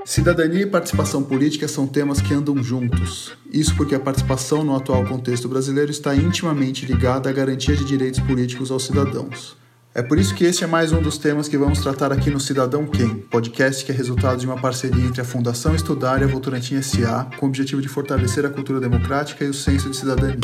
Cidadania e participação política são temas que andam juntos. Isso porque a participação no atual contexto brasileiro está intimamente ligada à garantia de direitos políticos aos cidadãos. É por isso que este é mais um dos temas que vamos tratar aqui no Cidadão Quem, podcast que é resultado de uma parceria entre a Fundação Estudar e a Votorantim S.A., com o objetivo de fortalecer a cultura democrática e o senso de cidadania.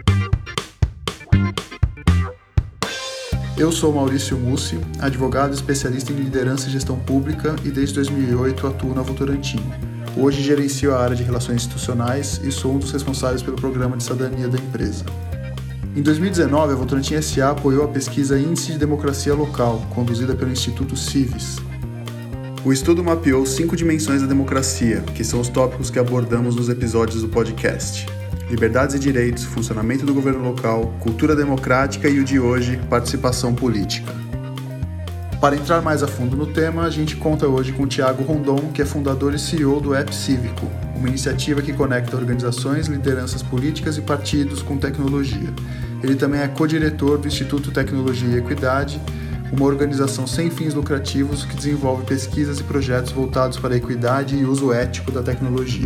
Eu sou Maurício Mussi, advogado especialista em liderança e gestão pública e desde 2008 atuo na Votorantim. Hoje gerencio a área de relações institucionais e sou um dos responsáveis pelo programa de cidadania da empresa. Em 2019, a Votorantim S.A. apoiou a pesquisa Índice de Democracia Local, conduzida pelo Instituto Cives. O estudo mapeou 5 dimensões da democracia, que são os tópicos que abordamos nos episódios do podcast: liberdades e direitos, funcionamento do governo local, cultura democrática e o de hoje, participação política. Para entrar mais a fundo no tema, a gente conta hoje com o Thiago Rondon, que é fundador e CEO do App Cívico, uma iniciativa que conecta organizações, lideranças políticas e partidos com tecnologia. Ele também é co-diretor do Instituto Tecnologia e Equidade, uma organização sem fins lucrativos que desenvolve pesquisas e projetos voltados para a equidade e uso ético da tecnologia.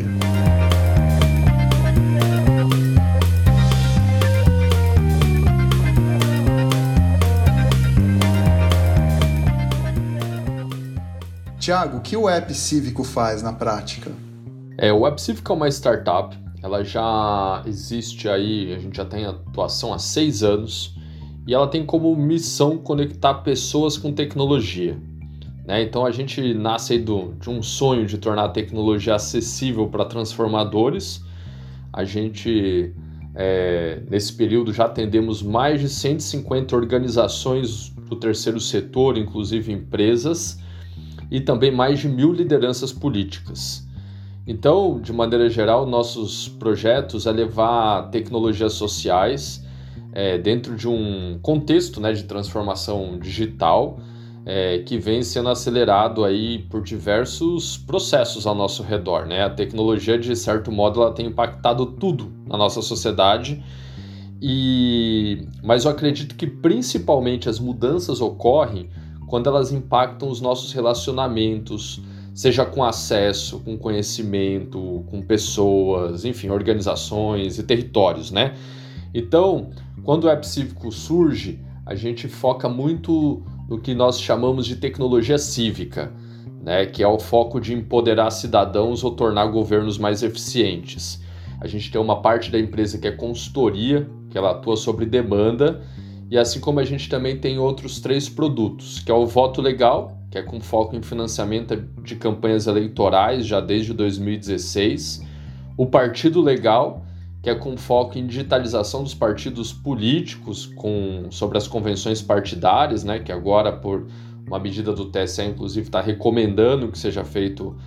Tiago, o que o App Cívico faz na prática? O App Cívico é uma startup, ela já existe aí, a gente já tem atuação há 6 anos e ela tem como missão conectar pessoas com tecnologia, né? Então a gente nasce aí de um sonho de tornar a tecnologia acessível para transformadores. A gente, nesse período, já atendemos mais de 150 organizações do terceiro setor, inclusive empresas, e também mais de 1.000 lideranças políticas. Então, de maneira geral, nossos projetos é levar tecnologias sociais dentro de um contexto, né, de transformação digital que vem sendo acelerado aí por diversos processos ao nosso redor, né? A tecnologia, de certo modo, ela tem impactado tudo na nossa sociedade, mas eu acredito que principalmente as mudanças ocorrem quando elas impactam os nossos relacionamentos, seja com acesso, com conhecimento, com pessoas, enfim, organizações e territórios, né? Então, quando o App Cívico surge, a gente foca muito no que nós chamamos de tecnologia cívica, né? Que é o foco de empoderar cidadãos ou tornar governos mais eficientes. A gente tem uma parte da empresa que é consultoria, que ela atua sobre demanda, e assim como a gente também tem outros 3 produtos, que é o Voto Legal, que é com foco em financiamento de campanhas eleitorais já desde 2016, o Partido Legal, que é com foco em digitalização dos partidos políticos sobre as convenções partidárias, né, que agora, por uma medida do TSE, inclusive, está recomendando que seja feito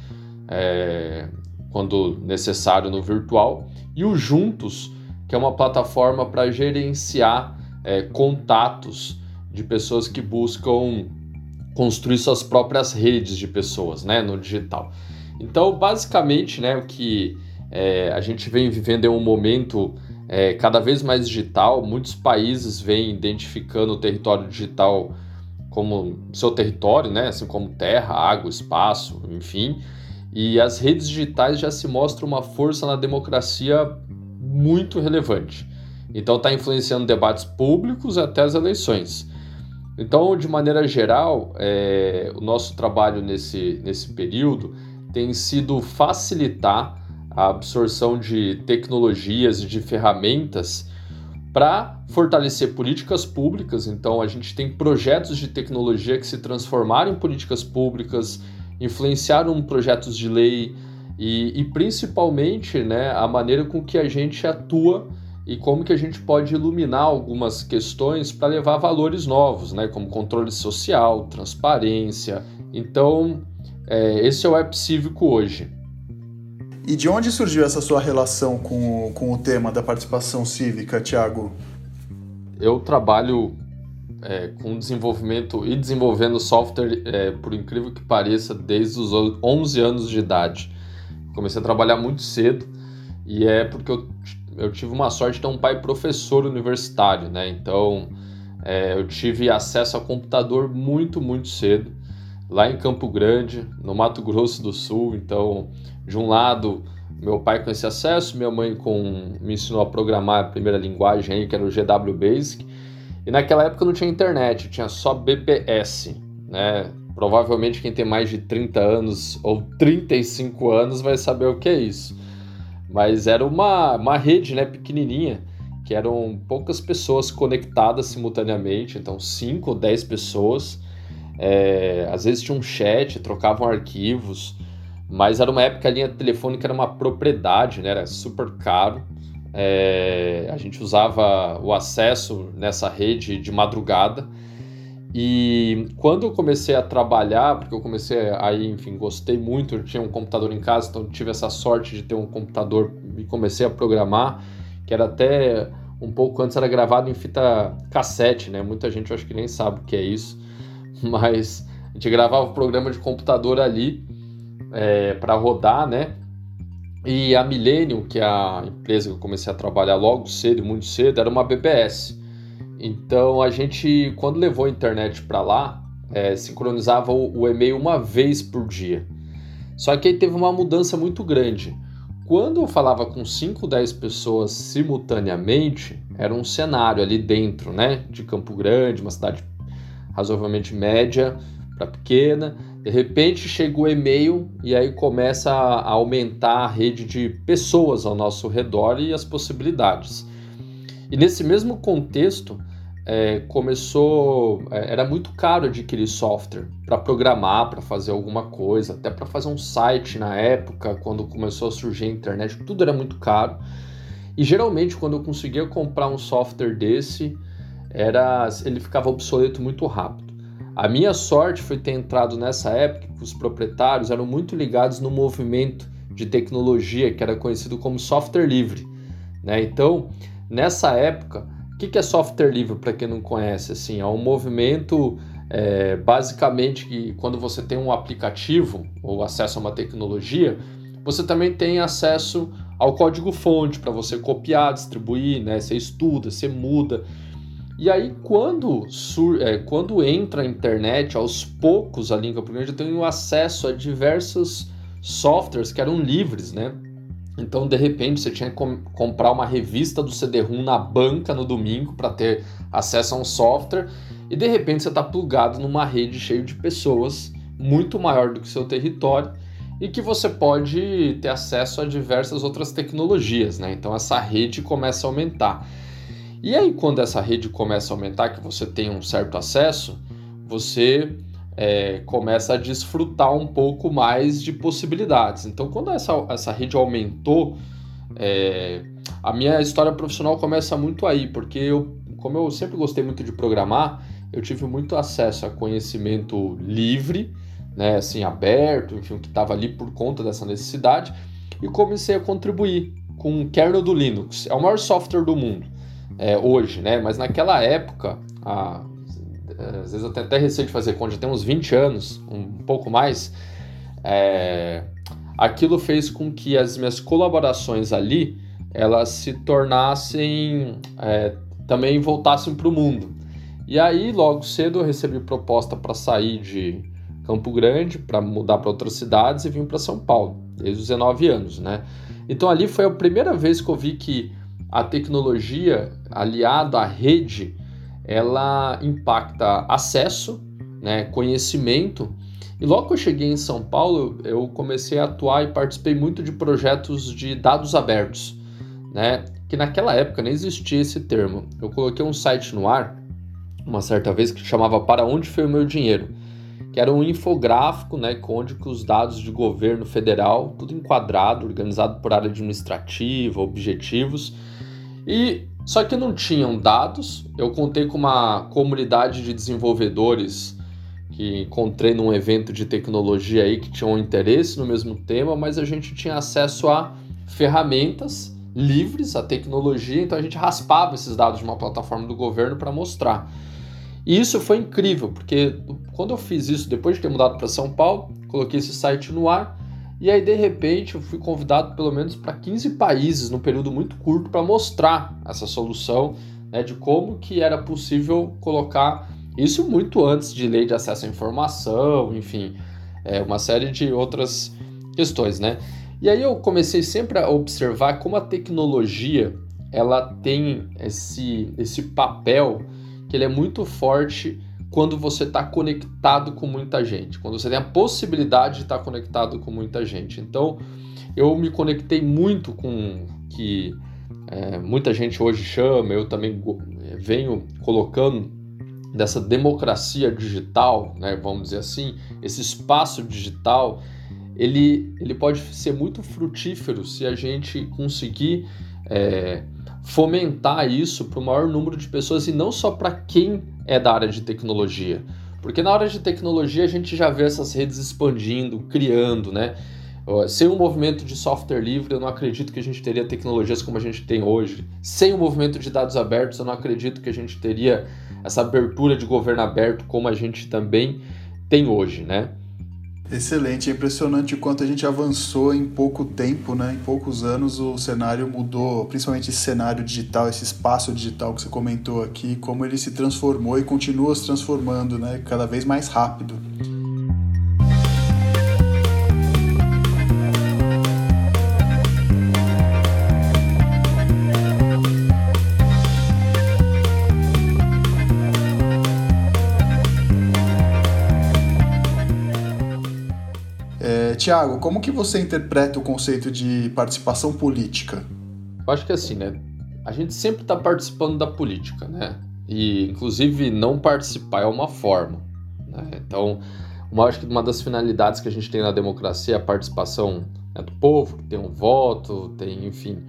quando necessário no virtual, e o Juntos, que é uma plataforma para gerenciar contatos de pessoas que buscam construir suas próprias redes de pessoas, né, no digital. Então, basicamente, né, o que a gente vem vivendo é um momento cada vez mais digital. Muitos países vêm identificando o território digital como seu território, né, assim como terra, água, espaço, enfim. E as redes digitais já se mostram uma força na democracia muito relevante. Então está influenciando debates públicos até as eleições. Então, de maneira geral, o nosso trabalho nesse período tem sido facilitar a absorção de tecnologias e de ferramentas para fortalecer políticas públicas. Então, a gente tem projetos de tecnologia que se transformaram em políticas públicas, influenciaram projetos de lei e principalmente, né, a maneira com que a gente atua e como que a gente pode iluminar algumas questões para levar valores novos, né, como controle social, transparência. Então, esse é o App Cívico hoje. E de onde surgiu essa sua relação com o tema da participação cívica, Thiago? Eu trabalho com desenvolvimento e desenvolvendo software, por incrível que pareça, desde os 11 anos de idade. Comecei a trabalhar muito cedo e porque eu tive uma sorte de ter um pai professor universitário, né? Então, eu tive acesso a computador muito, muito cedo. lá em Campo Grande, no Mato Grosso do Sul. Então, de um lado, meu pai com esse acesso, minha mãe me ensinou a programar a primeira linguagem aí, que era o GW Basic. E naquela época não tinha internet, tinha só BBS, né? Provavelmente quem tem mais de 30 anos ou 35 anos vai saber o que é isso. Mas era uma rede, né, pequenininha, que eram poucas pessoas conectadas simultaneamente, então 5 ou 10 pessoas. Às vezes tinha um chat, trocavam arquivos, mas era uma época a linha telefônica era uma propriedade, né, era super caro. A gente usava o acesso nessa rede de madrugada. E quando eu comecei a trabalhar, porque eu comecei aí, enfim, gostei muito, eu tinha um computador em casa, então tive essa sorte de ter um computador e comecei a programar, que era até um pouco antes, era gravado em fita cassete, né? Muita gente eu acho que nem sabe o que é isso, mas a gente gravava o programa de computador ali para rodar, né? E a Millennium, que é a empresa que eu comecei a trabalhar logo cedo, muito cedo, era uma BBS. Então a gente, quando levou a internet para lá, sincronizava o e-mail uma vez por dia. Só que aí teve uma mudança muito grande. Quando eu falava com 5, 10 pessoas simultaneamente, era um cenário ali dentro, né? De Campo Grande, uma cidade razoavelmente média para pequena. De repente chega o e-mail e aí começa a aumentar a rede de pessoas ao nosso redor e as possibilidades. E nesse mesmo contexto, era muito caro adquirir software para programar, para fazer alguma coisa, até para fazer um site na época, quando começou a surgir a internet, tudo era muito caro. E geralmente quando eu conseguia comprar um software desse, ele ficava obsoleto muito rápido. A minha sorte foi ter entrado nessa época que os proprietários eram muito ligados no movimento de tecnologia que era conhecido como software livre, né? Então, nessa época, o que é software livre para quem não conhece? Assim, é um movimento basicamente que quando você tem um aplicativo ou acesso a uma tecnologia, você também tem acesso ao código-fonte para você copiar, distribuir, né? Você estuda, você muda. E aí, quando entra a internet, aos poucos ali em Campo Grande, eu tenho acesso a diversos softwares que eram livres, né? Então, de repente, você tinha que comprar uma revista do CD-ROM na banca no domingo para ter acesso a um software e, de repente, você está plugado numa rede cheia de pessoas muito maior do que o seu território e que você pode ter acesso a diversas outras tecnologias, né? Então, essa rede começa a aumentar. E aí, quando essa rede começa a aumentar, que você tem um certo acesso, você começa a desfrutar um pouco mais de possibilidades. Então, quando essa rede aumentou, a minha história profissional começa muito aí, porque como eu sempre gostei muito de programar, eu tive muito acesso a conhecimento livre, né, assim, aberto, enfim, que estava ali por conta dessa necessidade, e comecei a contribuir com o kernel do Linux. É o maior software do mundo hoje, né? Mas naquela época, às vezes eu tenho até receio de fazer conta, já tem uns 20 anos, um pouco mais, aquilo fez com que as minhas colaborações ali, elas se tornassem, também voltassem para o mundo. E aí, logo cedo, eu recebi proposta para sair de Campo Grande, para mudar para outras cidades e vim para São Paulo, desde os 19 anos, né? Então ali foi a primeira vez que eu vi que a tecnologia aliada à rede, ela impacta acesso, né, conhecimento. E logo que eu cheguei em São Paulo, eu comecei a atuar e participei muito de projetos de dados abertos, né, que naquela época nem existia esse termo. Eu coloquei um site no ar, uma certa vez, que chamava Para Onde Foi o Meu Dinheiro, que era um infográfico, né, onde que os dados de governo federal, tudo enquadrado, organizado por área administrativa, objetivos. E só que não tinham dados. Eu contei com uma comunidade de desenvolvedores que encontrei num evento de tecnologia aí que tinham interesse no mesmo tema, mas a gente tinha acesso a ferramentas livres, a tecnologia, então a gente raspava esses dados de uma plataforma do governo para mostrar. E isso foi incrível, porque quando eu fiz isso, depois de ter mudado para São Paulo, coloquei esse site no ar, e aí de repente eu fui convidado pelo menos para 15 países num período muito curto para mostrar essa solução, né, de como que era possível colocar Isso muito antes de lei de acesso à informação, enfim, uma série de outras questões, né? E aí eu comecei sempre a observar como a tecnologia ela tem esse papel que ele é muito forte quando você está conectado com muita gente, quando você tem a possibilidade de estar conectado com muita gente. Então, eu me conectei muito com o que muita gente hoje chama, eu também venho colocando dessa democracia digital, né, vamos dizer assim, esse espaço digital, ele pode ser muito frutífero se a gente conseguir fomentar isso para o maior número de pessoas e não só para quem é da área de tecnologia. Porque na área de tecnologia a gente já vê essas redes expandindo, criando, né? Sem um movimento de software livre, eu não acredito que a gente teria tecnologias como a gente tem hoje. Sem um movimento de dados abertos, eu não acredito que a gente teria essa abertura de governo aberto como a gente também tem hoje, né? Excelente, é impressionante o quanto a gente avançou em pouco tempo, né? Em poucos anos o cenário mudou, principalmente esse cenário digital, esse espaço digital que você comentou aqui, como ele se transformou e continua se transformando, né? Cada vez mais rápido. Tiago, como que você interpreta o conceito de participação política? Eu acho que assim, né? A gente sempre está participando da política, né? E, inclusive, não participar é uma forma, né? Então, acho que uma das finalidades que a gente tem na democracia é a participação, né, do povo, que tem um voto, tem, enfim.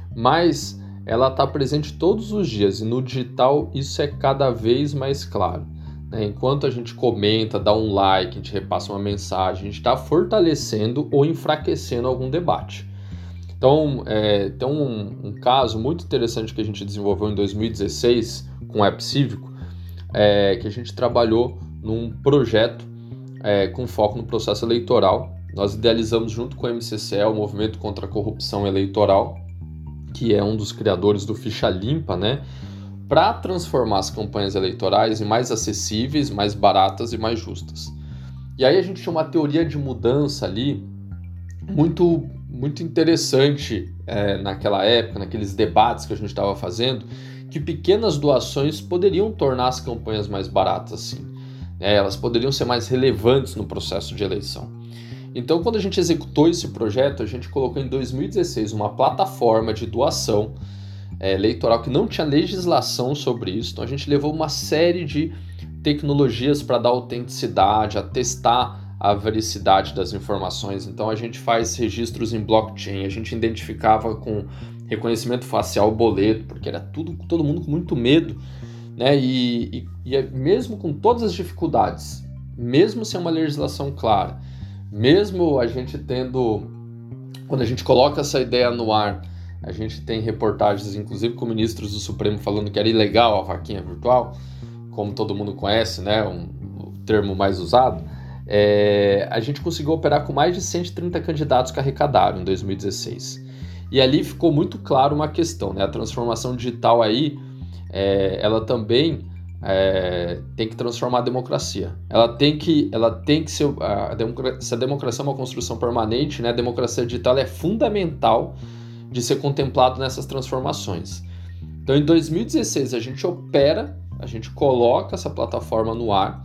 Mas ela está presente todos os dias e no digital isso é cada vez mais claro. Enquanto a gente comenta, dá um like, a gente repassa uma mensagem, a gente está fortalecendo ou enfraquecendo algum debate. Então, tem um caso muito interessante que a gente desenvolveu em 2016 com o App Cívico, que a gente trabalhou num projeto com foco no processo eleitoral. Nós idealizamos junto com o MCCE, o Movimento contra a Corrupção Eleitoral, que é um dos criadores do Ficha Limpa, né? Para transformar as campanhas eleitorais em mais acessíveis, mais baratas e mais justas. E aí a gente tinha uma teoria de mudança ali muito, muito interessante naquela época, naqueles debates que a gente estava fazendo, que pequenas doações poderiam tornar as campanhas mais baratas, assim. Elas poderiam ser mais relevantes no processo de eleição. Então, quando a gente executou esse projeto, a gente colocou em 2016 uma plataforma de doação eleitoral que não tinha legislação sobre isso. Então a gente levou uma série de tecnologias para dar autenticidade, a testar a veracidade das informações. Então a gente faz registros em blockchain, a gente identificava com reconhecimento facial o boleto, porque era todo mundo com muito medo, né? E mesmo com todas as dificuldades, mesmo sem uma legislação clara, mesmo a gente quando a gente coloca essa ideia no ar, a gente tem reportagens, inclusive, com ministros do Supremo falando que era ilegal a vaquinha virtual, como todo mundo conhece, né, o termo mais usado. A gente conseguiu operar com mais de 130 candidatos que arrecadaram em 2016. E ali ficou muito claro uma questão, né? A transformação digital aí, ela também tem que transformar a democracia. Ela tem que ser... Se a democracia é uma construção permanente, né, a democracia digital é fundamental de ser contemplado nessas transformações. Então, em 2016, a gente coloca essa plataforma no ar.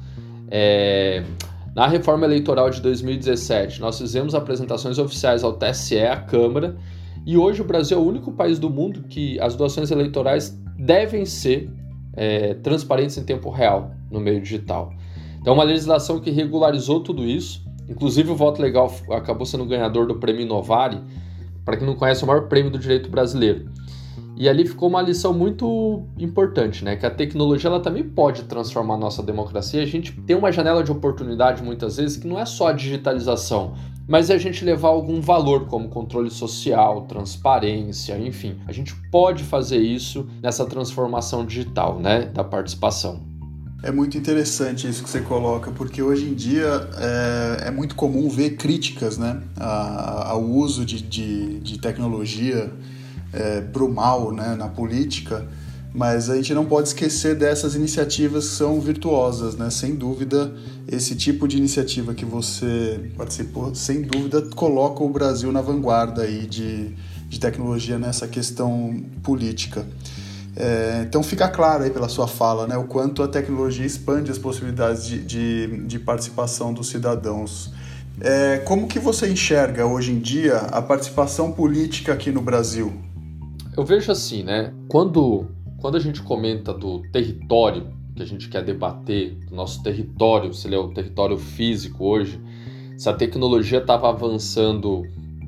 Na reforma eleitoral de 2017, nós fizemos apresentações oficiais ao TSE, à Câmara, e hoje o Brasil é o único país do mundo que as doações eleitorais devem ser transparentes em tempo real no meio digital. Então, uma legislação que regularizou tudo isso, inclusive o voto legal acabou sendo ganhador do Prêmio Inovari. Para quem não conhece, é o maior prêmio do direito brasileiro. E ali ficou uma lição muito importante, né? Que a tecnologia ela também pode transformar a nossa democracia. A gente tem uma janela de oportunidade muitas vezes que não é só a digitalização, mas é a gente levar algum valor como controle social, transparência, enfim. A gente pode fazer isso nessa transformação digital, né? Da participação. É muito interessante isso que você coloca, porque hoje em dia é muito comum ver críticas, né, ao uso de tecnologia para o mal, né, na política, Mas a gente não pode esquecer dessas iniciativas que são virtuosas, né? Sem dúvida, esse tipo de iniciativa que você participou, sem dúvida, coloca o Brasil na vanguarda aí de tecnologia nessa questão política. Então fica claro aí pela sua fala, né, o quanto a tecnologia expande as possibilidades de participação dos cidadãos. Como que você enxerga hoje em dia a participação política aqui no Brasil? Eu vejo assim, né? Quando a gente comenta do território que a gente quer debater, do nosso território, se ele é o território físico hoje, se a tecnologia estava avançando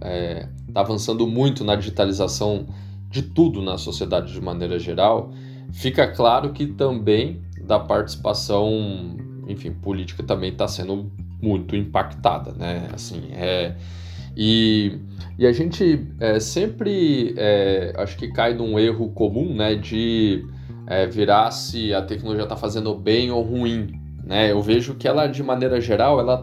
muito na digitalização de tudo na sociedade de maneira geral, fica claro que também da participação, enfim, política também está sendo muito impactada, né? Assim, e a gente sempre acho que cai num erro comum, né, de virar se a tecnologia está fazendo bem ou ruim, né? Eu vejo que ela, de maneira geral, ela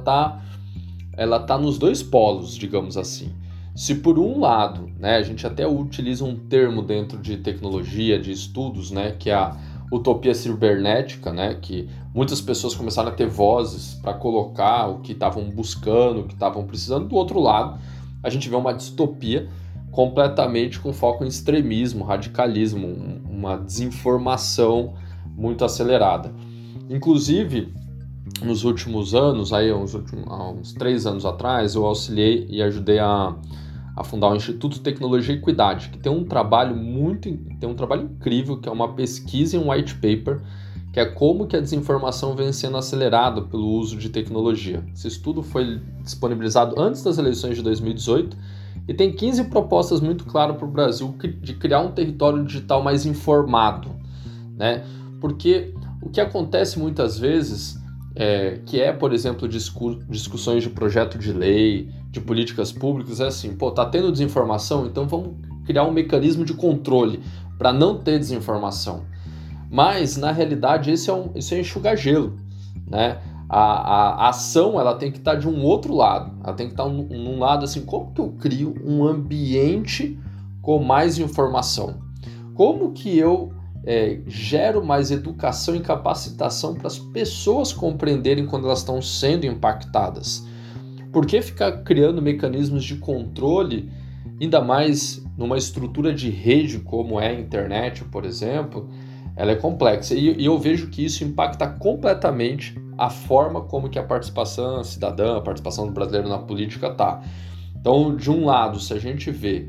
tá nos dois polos, digamos assim. Se por um lado, né, a gente até utiliza um termo dentro de tecnologia, de estudos, né, que é a utopia cibernética, né, que muitas pessoas começaram a ter vozes para colocar o que estavam buscando, o que estavam precisando. Do outro lado, a gente vê uma distopia completamente com foco em extremismo, radicalismo, uma desinformação muito acelerada. Inclusive, nos últimos anos, há uns 3 anos atrás, eu auxiliei e ajudei a fundar o Instituto Tecnologia e Equidade, que tem um trabalho incrível, que é uma pesquisa e um white paper, que é como que a desinformação vem sendo acelerada pelo uso de tecnologia. Esse estudo foi disponibilizado antes das eleições de 2018 e tem 15 propostas muito claras para o Brasil de criar um território digital mais informado, né? Porque o que acontece muitas vezes por exemplo, discussões de projeto de lei, de políticas públicas, assim, tá tendo desinformação, então vamos criar um mecanismo de controle para não ter desinformação. Mas, na realidade, isso é enxugar gelo, né? A ação, ela tem que estar de um outro lado, ela tem que estar num lado assim, como que eu crio um ambiente com mais informação? Como que eu gero mais educação e capacitação para as pessoas compreenderem quando elas estão sendo impactadas? Por que ficar criando mecanismos de controle, ainda mais numa estrutura de rede como é a internet, por exemplo? Ela é complexa e eu vejo que isso impacta completamente a forma como que a participação cidadã, a participação do brasileiro na política está. Então, de um lado, se a gente vê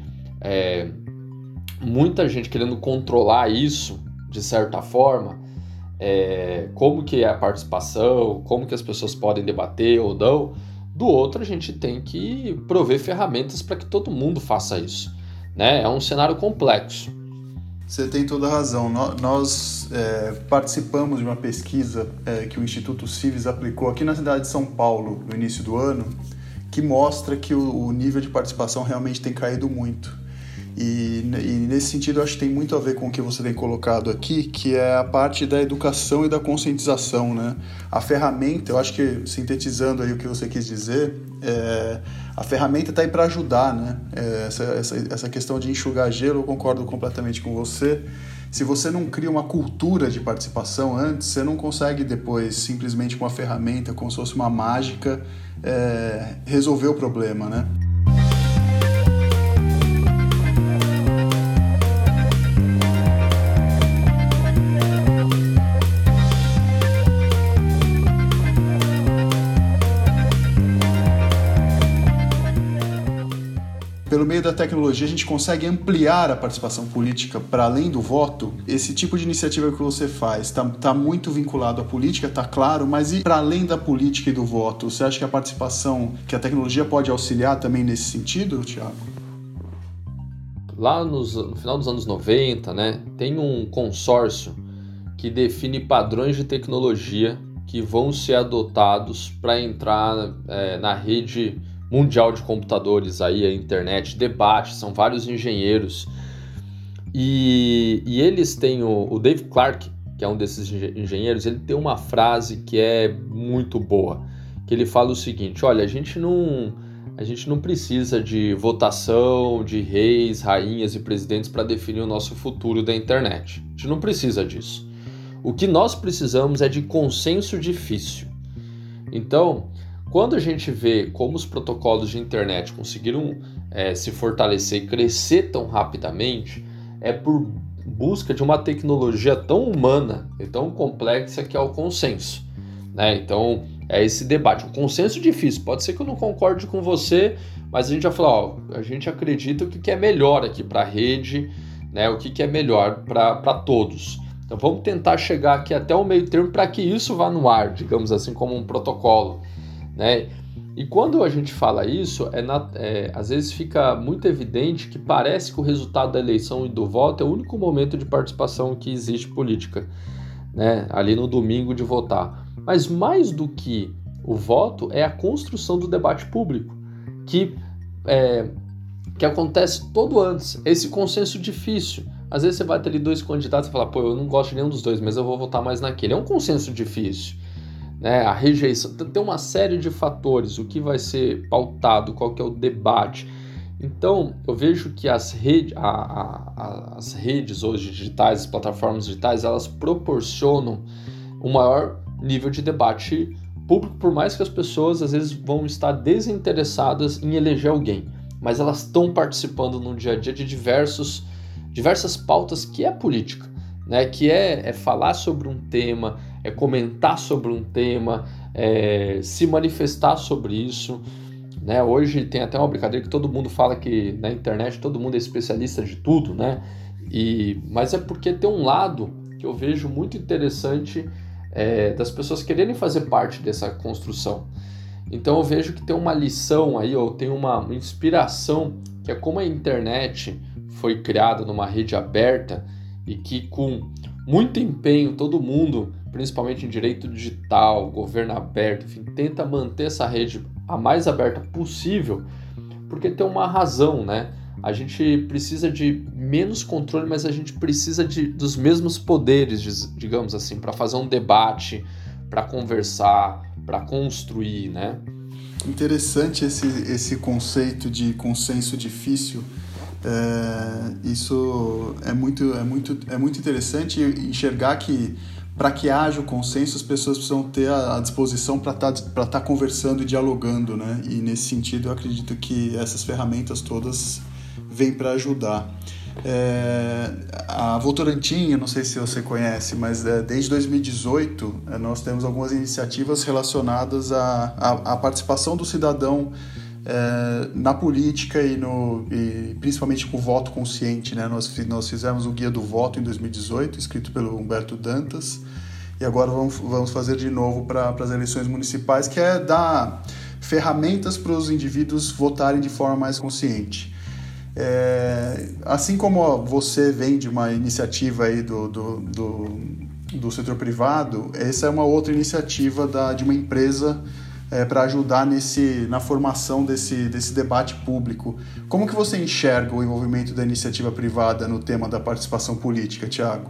muita gente querendo controlar isso, de certa forma, como que é a participação, como que as pessoas podem debater ou não. Do outro, a gente tem que prover ferramentas para que todo mundo faça isso, né? É um cenário complexo. Você tem toda a razão. Nós participamos de uma pesquisa que o Instituto Cives aplicou aqui na cidade de São Paulo no início do ano, que mostra que o nível de participação realmente tem caído muito. E nesse sentido, eu acho que tem muito a ver com o que você tem colocado aqui, que é a parte da educação e da conscientização, né? A ferramenta, eu acho que, sintetizando aí o que você quis dizer, a ferramenta está aí para ajudar, né? Essa questão de enxugar gelo, eu concordo completamente com você. Se você não cria uma cultura de participação antes, você não consegue depois, simplesmente com uma ferramenta, como se fosse uma mágica, resolver o problema, né? Pelo meio da tecnologia, a gente consegue ampliar a participação política para além do voto. Esse tipo de iniciativa que você faz está muito vinculado à política, está claro, mas e para além da política e do voto? Você acha que a participação, que a tecnologia pode auxiliar também nesse sentido, Thiago? Lá no final dos anos 90, né, tem um consórcio que define padrões de tecnologia que vão ser adotados para entrar na rede mundial de computadores, aí a internet, debate, são vários engenheiros e eles têm o Dave Clark, que é um desses engenheiros. Ele tem uma frase que é muito boa, que ele fala o seguinte: olha, a gente não precisa de votação de reis, rainhas e presidentes para definir o nosso futuro da internet. gente não precisa disso. O que nós precisamos é de consenso difícil. Então, quando a gente vê como os protocolos de internet conseguiram se fortalecer e crescer tão rapidamente, é por busca de uma tecnologia tão humana e tão complexa que é o consenso, né? Então, é esse debate. O consenso difícil, pode ser que eu não concorde com você, mas a gente vai falar, a gente acredita o que é melhor aqui para a rede, né? O que é melhor para todos. Então vamos tentar chegar aqui até o meio termo para que isso vá no ar, digamos assim, como um protocolo, né? E quando a gente fala isso, às vezes fica muito evidente que parece que o resultado da eleição e do voto é o único momento de participação que existe política, né? Ali no domingo de votar. Mas mais do que o voto é a construção do debate público, que acontece todo antes, esse consenso difícil. Às vezes você vai ter ali dois candidatos e fala, pô, eu não gosto de nenhum dos dois, mas eu vou votar mais naquele. É um consenso difícil, né? A rejeição, tem uma série de fatores, o que vai ser pautado, qual que é o debate. Então, eu vejo que as redes hoje digitais, as plataformas digitais, elas proporcionam um maior nível de debate público, por mais que as pessoas às vezes vão estar desinteressadas em eleger alguém, mas elas estão participando no dia a dia de diversas pautas que é política, né? Que é falar sobre um tema, é comentar sobre um tema, se manifestar sobre isso, né? Hoje tem até uma brincadeira que todo mundo fala que na internet todo mundo é especialista de tudo, né? Mas é porque tem um lado que eu vejo muito interessante das pessoas quererem fazer parte dessa construção. Então eu vejo que tem uma lição aí, ou tem uma inspiração, que é como a internet foi criada numa rede aberta e que com muito empenho todo mundo, principalmente em direito digital, governo aberto, enfim, tenta manter essa rede a mais aberta possível, porque tem uma razão, né? A gente precisa de menos controle, mas a gente precisa dos mesmos poderes, digamos assim, para fazer um debate, para conversar, para construir, né? Interessante esse conceito de consenso difícil. Isso é muito interessante enxergar que para que haja o consenso as pessoas precisam ter a disposição para estar conversando e dialogando, né? E nesse sentido eu acredito que essas ferramentas todas vêm para ajudar. A Votorantim, eu não sei se você conhece, mas desde 2018 nós temos algumas iniciativas relacionadas à participação do cidadão na política e principalmente com o voto consciente, né? Nós fizemos o Guia do Voto em 2018, escrito pelo Humberto Dantas, e agora vamos fazer de novo para as eleições municipais, que é dar ferramentas para os indivíduos votarem de forma mais consciente. Assim como você vem de uma iniciativa aí do setor privado, essa é uma outra iniciativa de uma empresa para ajudar na formação desse debate público. Como que você enxerga o envolvimento da iniciativa privada no tema da participação política, Thiago?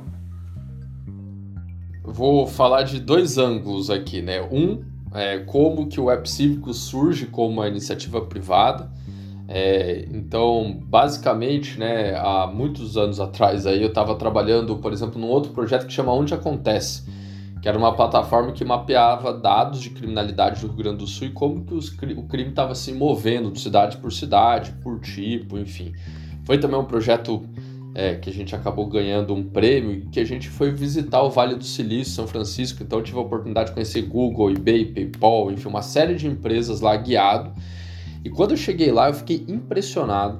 Vou falar de dois ângulos aqui, né? Como que o Web Cívico surge como uma iniciativa privada. Então, basicamente, né, há muitos anos atrás aí, eu estava trabalhando, por exemplo, num outro projeto que chama Onde Acontece, que era uma plataforma que mapeava dados de criminalidade do Rio Grande do Sul e como que o crime estava se movendo de cidade, por tipo, enfim. Foi também um projeto que a gente acabou ganhando um prêmio, que a gente foi visitar o Vale do Silício, São Francisco, então eu tive a oportunidade de conhecer Google, eBay, PayPal, enfim, uma série de empresas lá guiado. E quando eu cheguei lá, eu fiquei impressionado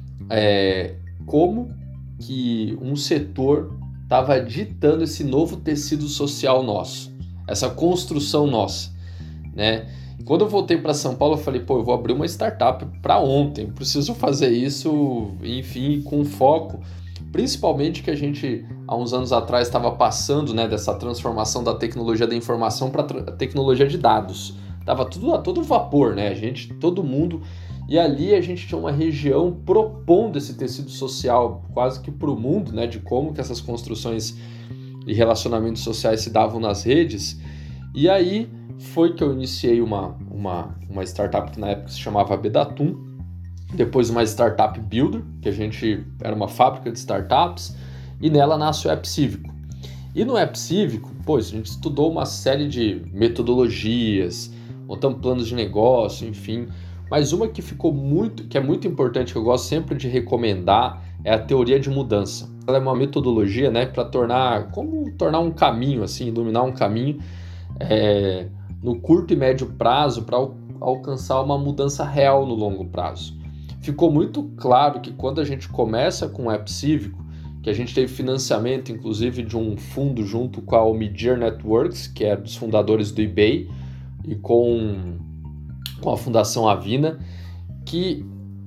como que um setor estava ditando esse novo tecido social nosso, essa construção nossa, né? Quando eu voltei para São Paulo, eu falei, eu vou abrir uma startup para ontem, preciso fazer isso, enfim, com foco, principalmente que a gente, há uns anos atrás, estava passando, né, dessa transformação da tecnologia da informação para a tecnologia de dados. Tava tudo a todo vapor, né? Todo mundo. E ali a gente tinha uma região propondo esse tecido social quase que para o mundo, né? De como que essas construções e relacionamentos sociais se davam nas redes. E aí foi que eu iniciei uma startup que na época se chamava Bedatum. Depois uma startup builder, que a gente era uma fábrica de startups. e nela nasce o App Cívico. E no App Cívico, a gente estudou uma série de metodologias, montamos planos de negócio, enfim, mas uma que é muito importante, que eu gosto sempre de recomendar, é a teoria de mudança. Ela é uma metodologia, né, para tornar um caminho, assim, iluminar um caminho no curto e médio prazo para alcançar uma mudança real no longo prazo. Ficou muito claro que quando a gente começa com o App Cívico, que a gente teve financiamento, inclusive, de um fundo junto com a Omidyar Networks, que é dos fundadores do eBay, e com a Fundação Avina, que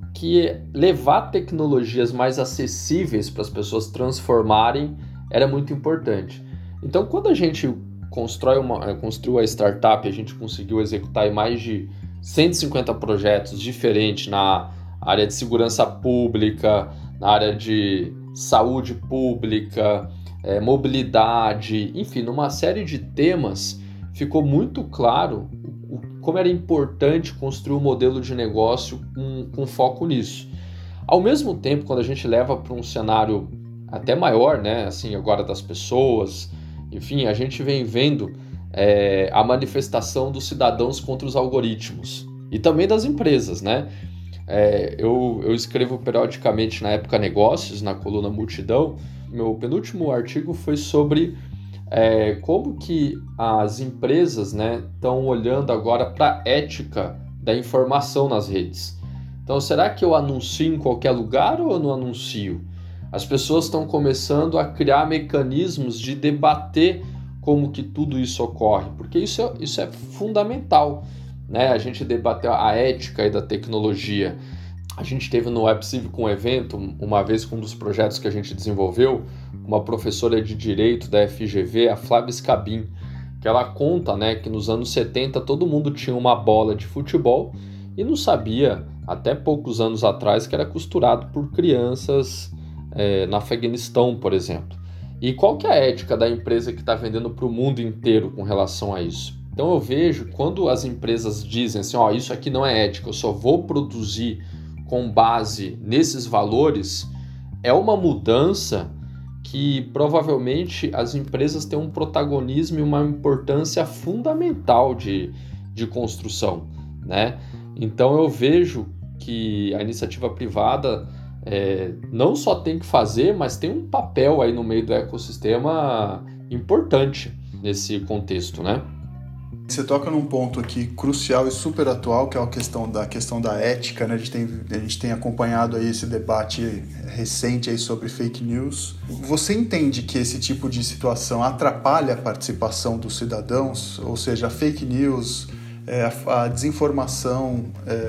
levar tecnologias mais acessíveis para as pessoas transformarem era muito importante. Então, quando a gente construiu a startup, a gente conseguiu executar em mais de 150 projetos diferentes na área de segurança pública, na área de saúde pública, mobilidade, enfim, numa série de temas, ficou muito claro como era importante construir um modelo de negócio com foco nisso. Ao mesmo tempo, quando a gente leva para um cenário até maior, né, assim, agora das pessoas, enfim, a gente vem vendo a manifestação dos cidadãos contra os algoritmos e também das empresas, né? Eu escrevo periodicamente na Época Negócios, na coluna Multidão. Meu penúltimo artigo foi sobre como que as empresas, né, estão olhando agora para a ética da informação nas redes. Então, será que eu anuncio em qualquer lugar ou eu não anuncio? As pessoas estão começando a criar mecanismos de debater como que tudo isso ocorre, porque isso é fundamental, né? A gente debateu a ética da tecnologia. A gente teve no App Cívico um evento, uma vez com um dos projetos que a gente desenvolveu, uma professora de Direito da FGV, a Flávia Scabin, que ela conta, né, que nos anos 70 todo mundo tinha uma bola de futebol e não sabia, até poucos anos atrás, que era costurado por crianças no Afeganistão, por exemplo. E qual que é a ética da empresa que está vendendo para o mundo inteiro com relação a isso? Então eu vejo, quando as empresas dizem assim, isso aqui não é ético, eu só vou produzir com base nesses valores, é uma mudança que provavelmente as empresas têm um protagonismo e uma importância fundamental de construção, né? Então eu vejo que a iniciativa privada não só tem que fazer, mas tem um papel aí no meio do ecossistema importante nesse contexto, né? Você toca num ponto aqui crucial e super atual, que é a questão da ética, né? A gente tem acompanhado aí esse debate recente aí sobre fake news. Você entende que esse tipo de situação atrapalha a participação dos cidadãos? Ou seja, a fake news, a desinformação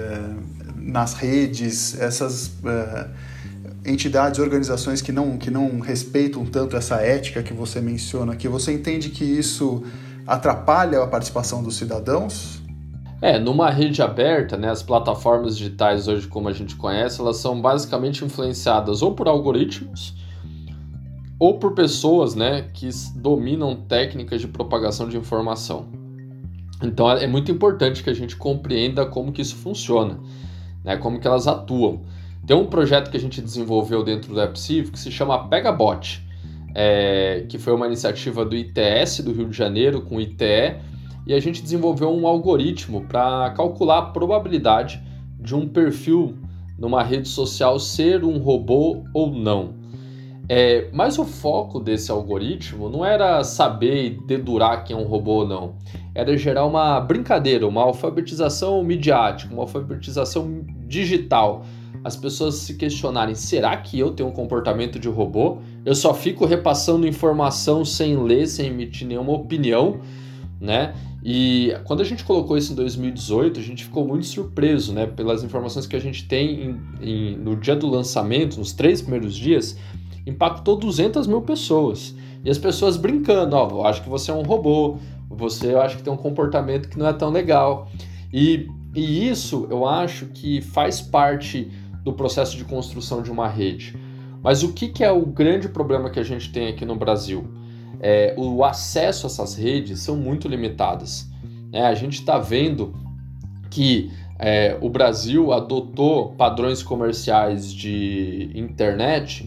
nas redes, essas entidades, organizações que não respeitam tanto essa ética que você menciona aqui, você entende que isso atrapalha a participação dos cidadãos? Numa rede aberta, né, as plataformas digitais hoje, como a gente conhece, elas são basicamente influenciadas ou por algoritmos ou por pessoas, né, que dominam técnicas de propagação de informação. Então é muito importante que a gente compreenda como que isso funciona, né, como que elas atuam. Tem um projeto que a gente desenvolveu dentro do App Cívico que se chama PegaBot, que foi uma iniciativa do ITS do Rio de Janeiro com o ITE, e a gente desenvolveu um algoritmo para calcular a probabilidade de um perfil numa rede social ser um robô ou não. Mas o foco desse algoritmo não era saber e dedurar quem é um robô ou não, era gerar uma brincadeira, uma alfabetização midiática, uma alfabetização digital. As pessoas se questionarem, será que eu tenho um comportamento de robô? Eu só fico repassando informação sem ler, sem emitir nenhuma opinião, né? E quando a gente colocou isso em 2018, a gente ficou muito surpreso, né? Pelas informações que a gente tem no dia do lançamento, nos 3 primeiros dias, impactou 200 mil pessoas. E as pessoas brincando, eu acho que você é um robô, eu acho que tem um comportamento que não é tão legal. E isso eu acho que faz parte do processo de construção de uma rede. Mas o que é o grande problema que a gente tem aqui no Brasil? O acesso a essas redes são muito limitadas. A gente está vendo que o Brasil adotou padrões comerciais de internet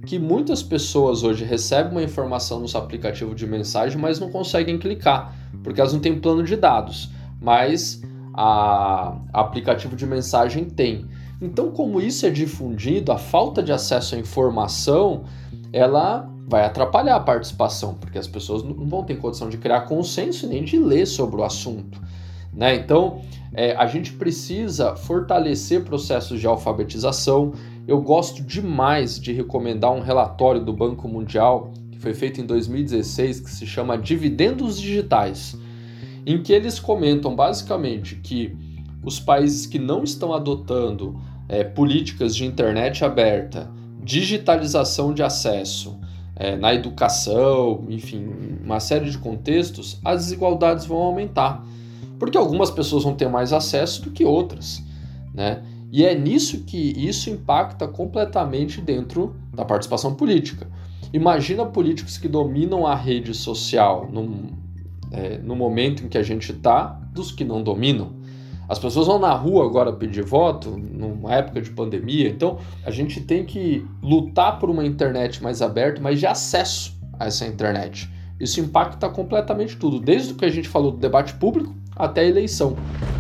que muitas pessoas hoje recebem uma informação nos aplicativos de mensagem, mas não conseguem clicar, porque elas não têm plano de dados, mas a aplicativo de mensagem tem. Então, como isso é difundido, a falta de acesso à informação, ela vai atrapalhar a participação, porque as pessoas não vão ter condição de criar consenso nem de ler sobre o assunto, né? Então, a gente precisa fortalecer processos de alfabetização. Eu gosto demais de recomendar um relatório do Banco Mundial, que foi feito em 2016, que se chama Dividendos Digitais, em que eles comentam basicamente que os países que não estão adotando políticas de internet aberta, digitalização de acesso, na educação, enfim, uma série de contextos, as desigualdades vão aumentar. Porque algumas pessoas vão ter mais acesso do que outras, né? E é nisso que isso impacta completamente dentro da participação política. Imagina políticos que dominam a rede social no momento em que a gente está, dos que não dominam. As pessoas vão na rua agora pedir voto, numa época de pandemia, então a gente tem que lutar por uma internet mais aberta, mas de acesso a essa internet. Isso impacta completamente tudo, desde o que a gente falou do debate público até a eleição.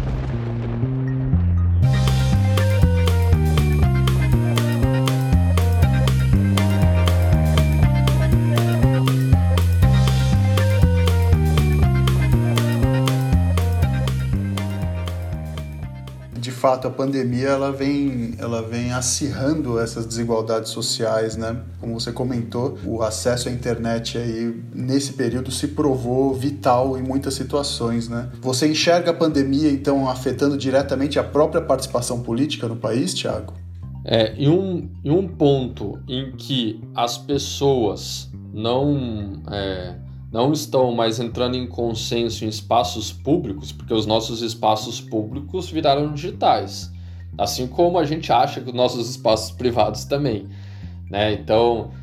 De fato, a pandemia ela vem acirrando essas desigualdades sociais, né? Como você comentou, o acesso à internet aí nesse período se provou vital em muitas situações, né? Você enxerga a pandemia então afetando diretamente a própria participação política no país, Thiago? Em um ponto em que as pessoas não estão mais entrando em consenso em espaços públicos, porque os nossos espaços públicos viraram digitais, assim como a gente acha que os nossos espaços privados também, né? Então,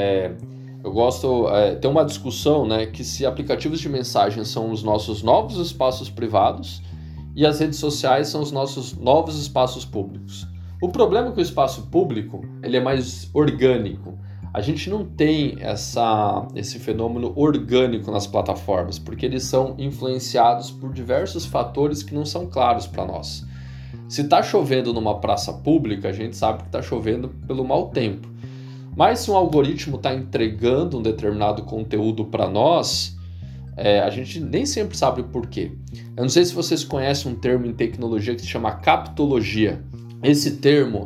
eu gosto, tem uma discussão, né, que se aplicativos de mensagem são os nossos novos espaços privados e as redes sociais são os nossos novos espaços públicos. O problema é que o espaço público ele é mais orgânico. A gente não tem esse fenômeno orgânico nas plataformas, porque eles são influenciados por diversos fatores que não são claros para nós. Se está chovendo numa praça pública, a gente sabe que está chovendo pelo mau tempo. Mas se um algoritmo está entregando um determinado conteúdo para nós, a gente nem sempre sabe o porquê. Eu não sei se vocês conhecem um termo em tecnologia que se chama captologia. Esse termo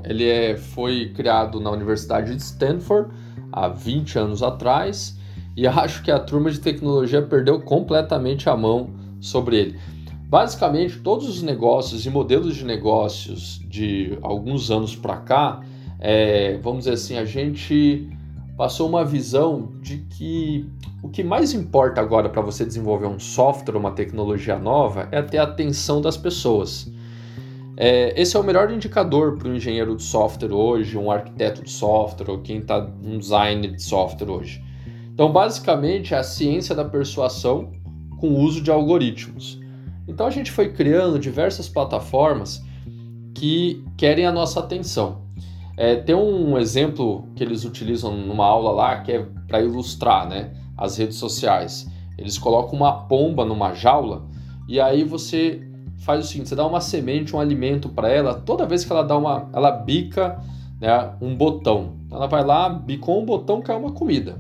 foi criado na Universidade de Stanford há 20 anos atrás, e acho que a turma de tecnologia perdeu completamente a mão sobre ele. Basicamente, todos os negócios e modelos de negócios de alguns anos para cá, vamos dizer assim, a gente passou uma visão de que o que mais importa agora para você desenvolver um software, uma tecnologia nova, é ter a atenção das pessoas. Esse é o melhor indicador para um engenheiro de software hoje, um arquiteto de software, ou quem está um designer de software hoje. Então, basicamente, é a ciência da persuasão com o uso de algoritmos. Então, a gente foi criando diversas plataformas que querem a nossa atenção. Tem um exemplo que eles utilizam numa aula lá, que é para ilustrar, né, as redes sociais. Eles colocam uma pomba numa jaula e aí você faz o seguinte, você dá uma semente, um alimento para ela, toda vez que ela bica, né, um botão. Ela vai lá, bicou um botão, cai uma comida.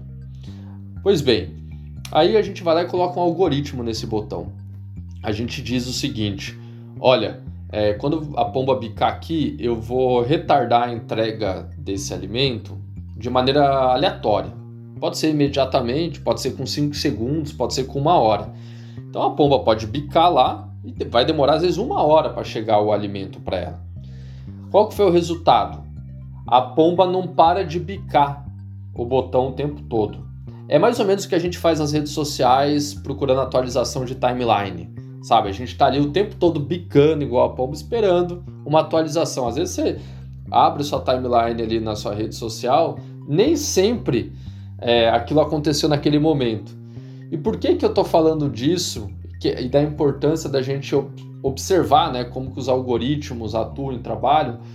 Pois bem, aí a gente vai lá e coloca um algoritmo nesse botão. A gente diz o seguinte, olha, quando a pomba bicar aqui, eu vou retardar a entrega desse alimento de maneira aleatória. Pode ser imediatamente, pode ser com 5 segundos, pode ser com 1 hora. Então a pomba pode bicar lá, e vai demorar às vezes 1 hora para chegar o alimento para ela. Qual que foi o resultado? A pomba não para de bicar o botão o tempo todo. É mais ou menos o que a gente faz nas redes sociais procurando atualização de timeline. Sabe, a gente está ali o tempo todo bicando igual a pomba esperando uma atualização. Às vezes você abre sua timeline ali na sua rede social, nem sempre aquilo aconteceu naquele momento. E por que eu estou falando disso? E da importância da gente observar, né, como que os algoritmos atuam em trabalho,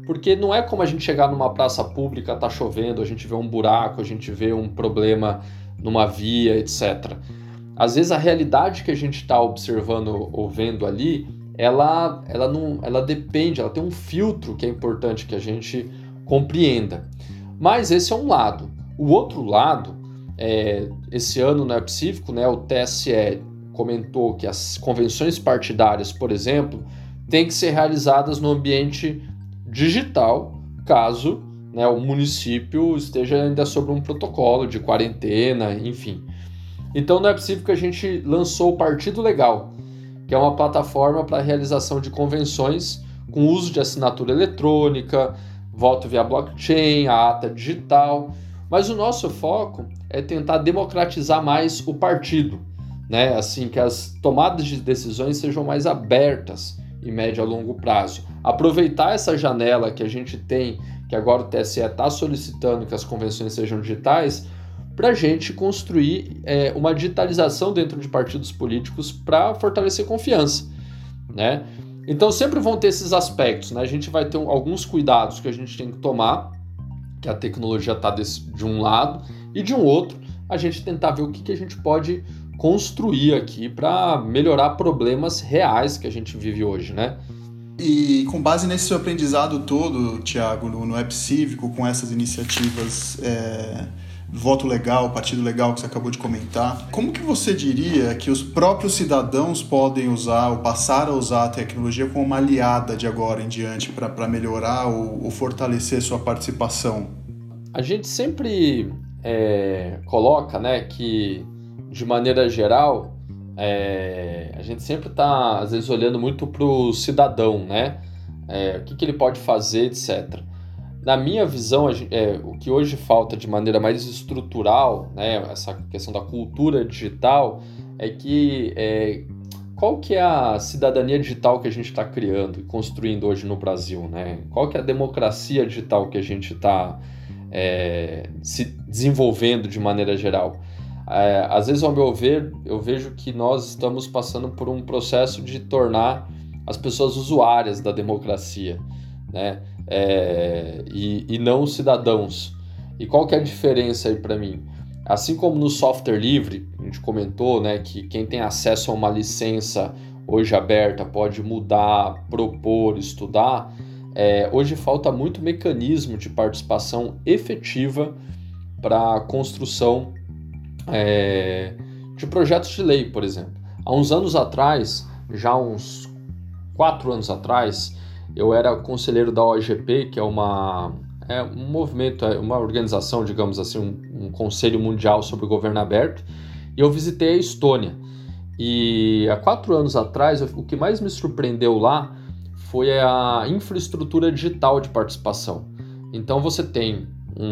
Porque não é como a gente chegar numa praça pública, tá chovendo, a gente vê um buraco, a gente vê um problema numa via, etc. Às vezes a realidade que a gente está observando ou vendo ali, ela depende, ela tem um filtro que é importante que a gente compreenda. Mas esse é um lado. O outro lado, esse ano no Epcífico, né, o TSE comentou que as convenções partidárias, por exemplo, têm que ser realizadas no ambiente digital, caso, né, o município esteja ainda sob um protocolo de quarentena, enfim. Então, no Epcífico, a gente lançou o Partido Legal, que é uma plataforma para a realização de convenções com uso de assinatura eletrônica, voto via blockchain, a ata digital. Mas o nosso foco é tentar democratizar mais o partido, né? Assim, que as tomadas de decisões sejam mais abertas em médio a longo prazo. Aproveitar essa janela que a gente tem, que agora o TSE está solicitando que as convenções sejam digitais, para a gente construir uma digitalização dentro de partidos políticos para fortalecer confiança, né? Então sempre vão ter esses aspectos, né? A gente vai ter alguns cuidados que a gente tem que tomar, que a tecnologia está de um lado, e de um outro, a gente tentar ver o que a gente pode construir aqui para melhorar problemas reais que a gente vive hoje, né? E com base nesse seu aprendizado todo, Thiago, no Epcívico, com essas iniciativas, voto legal, partido legal que você acabou de comentar, como que você diria que os próprios cidadãos podem usar ou passar a usar a tecnologia como uma aliada de agora em diante para melhorar ou fortalecer sua participação? A gente sempre coloca, né, que de maneira geral a gente sempre está às vezes olhando muito para o cidadão, né? O que ele pode fazer, etc. Na minha visão, o que hoje falta de maneira mais estrutural, né, essa questão da cultura digital, qual que é a cidadania digital que a gente está criando e construindo hoje no Brasil, né? Qual que é a democracia digital que a gente está se desenvolvendo de maneira geral? Às vezes, ao meu ver, eu vejo que nós estamos passando por um processo de tornar as pessoas usuárias da democracia, né? E não cidadãos. E qual que é a diferença aí para mim? Assim como no software livre, a gente comentou, né, que quem tem acesso a uma licença hoje aberta pode mudar, propor, estudar, hoje falta muito mecanismo de participação efetiva para a construção de projetos de lei, por exemplo. Há uns anos atrás, já uns 4 anos atrás, eu era conselheiro da OGP, que é um movimento, uma organização, digamos assim, um conselho mundial sobre o governo aberto, e eu visitei a Estônia. E há 4 anos atrás, o que mais me surpreendeu lá foi a infraestrutura digital de participação. Então você tem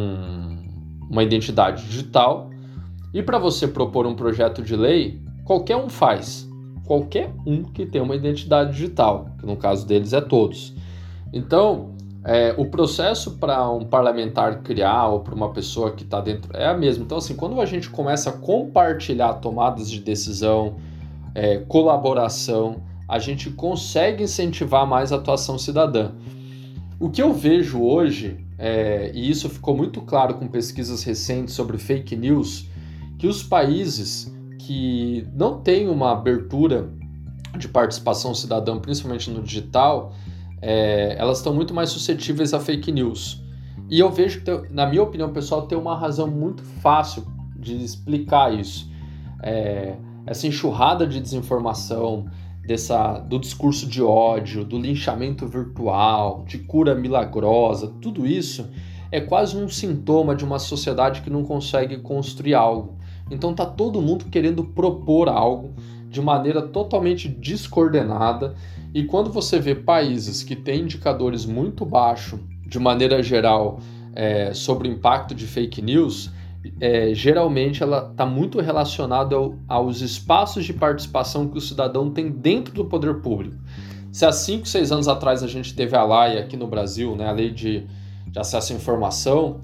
uma identidade digital, e para você propor um projeto de lei, qualquer um faz. Qualquer um que tem uma identidade digital, que no caso deles é todos. Então, o processo para um parlamentar criar ou para uma pessoa que está dentro é a mesma. Então, assim, quando a gente começa a compartilhar tomadas de decisão, colaboração, a gente consegue incentivar mais a atuação cidadã. O que eu vejo hoje, e isso ficou muito claro com pesquisas recentes sobre fake news, que os países que não têm uma abertura de participação cidadã, principalmente no digital, elas estão muito mais suscetíveis a fake news. E eu vejo que, na minha opinião, o pessoal tem uma razão muito fácil de explicar isso. Essa enxurrada de desinformação, do discurso de ódio, do linchamento virtual, de cura milagrosa, tudo isso é quase um sintoma de uma sociedade que não consegue construir algo. Então está todo mundo querendo propor algo de maneira totalmente descoordenada, e quando você vê países que têm indicadores muito baixos, de maneira geral, sobre o impacto de fake news, geralmente ela está muito relacionada aos espaços de participação que o cidadão tem dentro do poder público. Se há 5, 6 anos atrás a gente teve a LAI aqui no Brasil, né, a Lei de Acesso à Informação,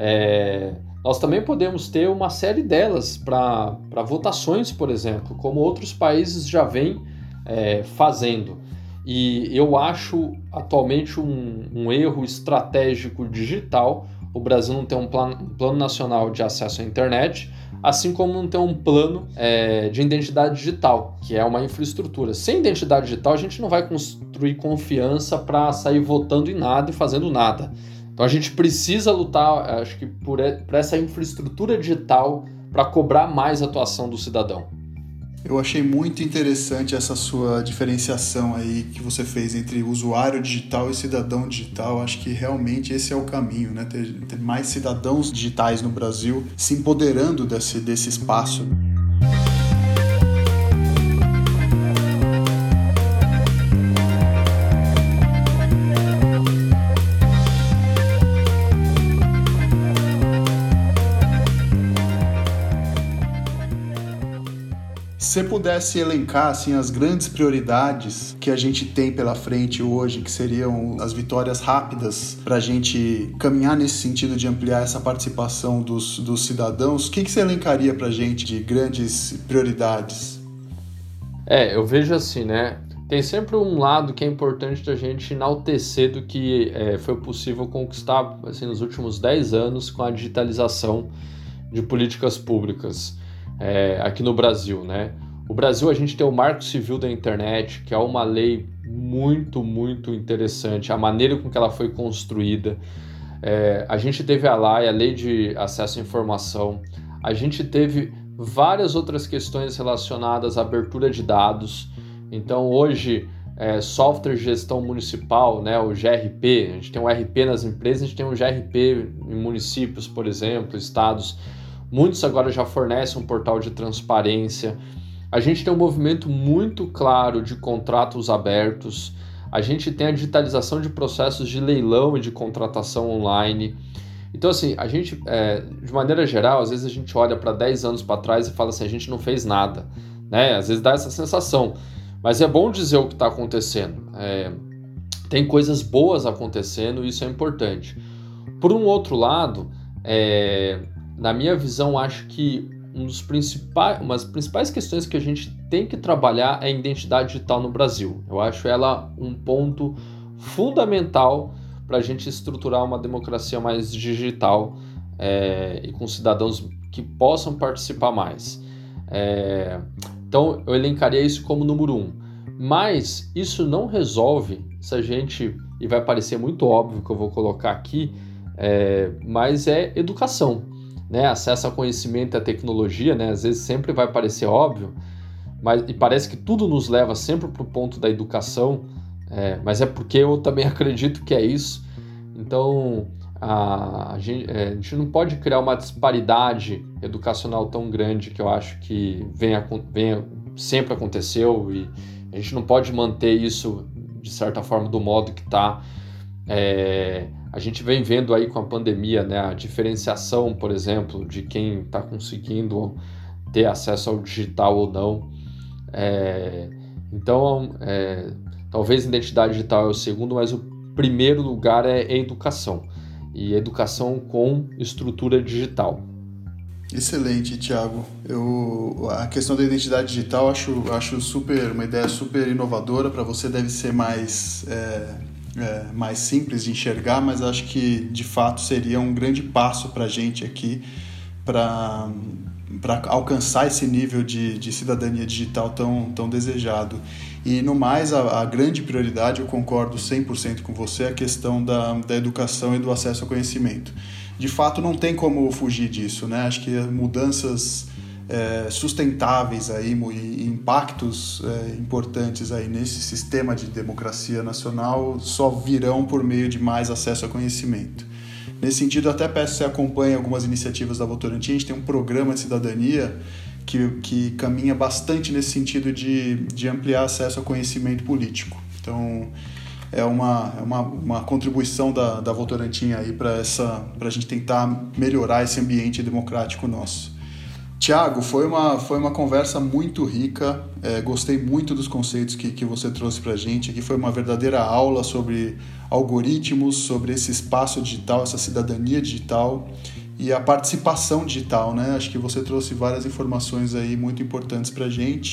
nós também podemos ter uma série delas para votações, por exemplo, como outros países já vêm fazendo. e eu acho atualmente um erro estratégico digital o Brasil não tem um plano nacional de acesso à internet, assim como não tem um plano de identidade digital, que é uma infraestrutura. Sem identidade digital, a gente não vai construir confiança para sair votando em nada e fazendo nada. Então a gente precisa lutar, acho que, por essa infraestrutura digital para cobrar mais a atuação do cidadão. Eu achei muito interessante essa sua diferenciação aí que você fez entre usuário digital e cidadão digital. Acho que realmente esse é o caminho, né? Ter mais cidadãos digitais no Brasil se empoderando desse espaço. Se você pudesse elencar assim, as grandes prioridades que a gente tem pela frente hoje, que seriam as vitórias rápidas para a gente caminhar nesse sentido de ampliar essa participação dos cidadãos, o que você elencaria para a gente de grandes prioridades? Eu vejo assim, né? Tem sempre um lado que é importante da gente enaltecer do que foi possível conquistar assim, nos últimos 10 anos com a digitalização de políticas públicas. Aqui no Brasil, né? O Brasil, a gente tem o Marco Civil da Internet, que é uma lei muito, muito interessante, a maneira com que ela foi construída. A gente teve a LAI, a Lei de Acesso à Informação. A gente teve várias outras questões relacionadas à abertura de dados. Então, hoje, software de gestão municipal, né, o GRP, a gente tem um RP nas empresas, a gente tem um GRP em municípios, por exemplo, estados. Muitos agora já fornecem um portal de transparência. A gente tem um movimento muito claro de contratos abertos. A gente tem a digitalização de processos de leilão e de contratação online. Então, assim, a gente, de maneira geral, às vezes a gente olha para 10 anos para trás e fala assim, a gente não fez nada, né? Às vezes dá essa sensação. Mas é bom dizer o que está acontecendo. Tem coisas boas acontecendo e isso é importante. Por um outro lado, na minha visão, acho que uma das principais questões que a gente tem que trabalhar é a identidade digital no Brasil. Eu acho ela um ponto fundamental para a gente estruturar uma democracia mais digital e com cidadãos que possam participar mais. Então, eu elencaria isso como número 1. Mas isso não resolve se a gente, e vai parecer muito óbvio que eu vou colocar aqui, mas é educação. Né, acesso ao conhecimento e à tecnologia, né, às vezes sempre vai parecer óbvio, e parece que tudo nos leva sempre para o ponto da educação, mas é porque eu também acredito que é isso. Então, a gente não pode criar uma disparidade educacional tão grande que eu acho que sempre aconteceu, e a gente não pode manter isso, de certa forma, do modo que está. A gente vem vendo aí com a pandemia, né, a diferenciação, por exemplo, de quem está conseguindo ter acesso ao digital ou não. Então, talvez identidade digital é o segundo, mas o primeiro lugar é educação. E educação com estrutura digital. Excelente, Thiago. A questão da identidade digital acho uma ideia super inovadora. Para você deve ser mais simples de enxergar, mas acho que de fato seria um grande passo para a gente aqui para alcançar esse nível de cidadania digital tão desejado. E no mais, a grande prioridade, eu concordo 100% com você, é a questão da educação e do acesso ao conhecimento. De fato, não tem como fugir disso, né? Acho que mudanças sustentáveis aí, e impactos importantes aí nesse sistema de democracia nacional só virão por meio de mais acesso ao conhecimento. Nesse sentido, eu até peço que você acompanhe algumas iniciativas da Votorantim. A gente tem um programa de cidadania que caminha bastante nesse sentido de ampliar acesso ao conhecimento político. Então, é uma contribuição da Votorantim aí para a gente tentar melhorar esse ambiente democrático nosso. Thiago, foi uma conversa muito rica, gostei muito dos conceitos que você trouxe para a gente. Aqui foi uma verdadeira aula sobre algoritmos, sobre esse espaço digital, essa cidadania digital e a participação digital, né? Acho que você trouxe várias informações aí muito importantes para a gente.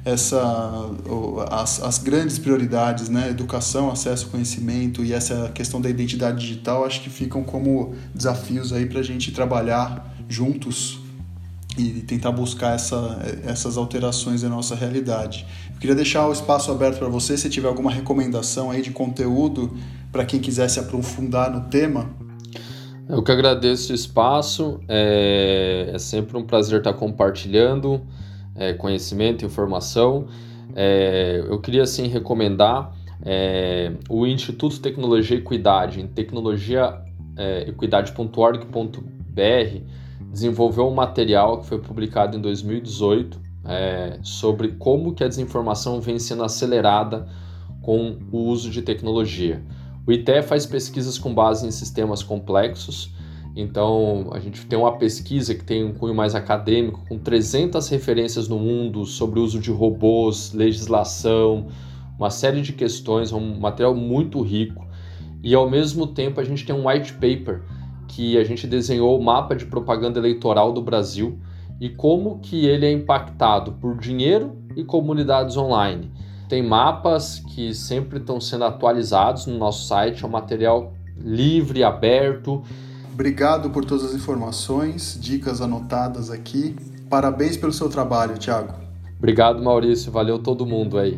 as grandes prioridades, né? Educação, acesso ao conhecimento e essa questão da identidade digital, acho que ficam como desafios aí para a gente trabalhar juntos e tentar buscar essas alterações na nossa realidade. Eu queria deixar o espaço aberto para você, se tiver alguma recomendação aí de conteúdo para quem quiser se aprofundar no tema. Eu que agradeço o espaço, é sempre um prazer estar compartilhando conhecimento, informação. Eu queria assim recomendar o Instituto Tecnologia e Equidade, em tecnologiaequidade.org.br, desenvolveu um material que foi publicado em 2018 sobre como que a desinformação vem sendo acelerada com o uso de tecnologia. O ITE faz pesquisas com base em sistemas complexos, então a gente tem uma pesquisa que tem um cunho mais acadêmico, com 300 referências no mundo sobre o uso de robôs, legislação, uma série de questões, um material muito rico. E ao mesmo tempo a gente tem um white paper que a gente desenhou o mapa de propaganda eleitoral do Brasil e como que ele é impactado por dinheiro e comunidades online. Tem mapas que sempre estão sendo atualizados no nosso site, é um material livre, aberto. Obrigado por todas as informações, dicas anotadas aqui. Parabéns pelo seu trabalho, Thiago. Obrigado, Maurício. Valeu todo mundo aí.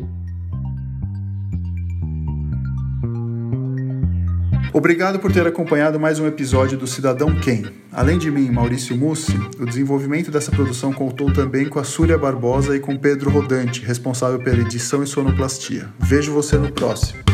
Obrigado por ter acompanhado mais um episódio do Cidadão Quem. Além de mim, Maurício Mussi, o desenvolvimento dessa produção contou também com a Súria Barbosa e com Pedro Rodante, responsável pela edição e sonoplastia. Vejo você no próximo.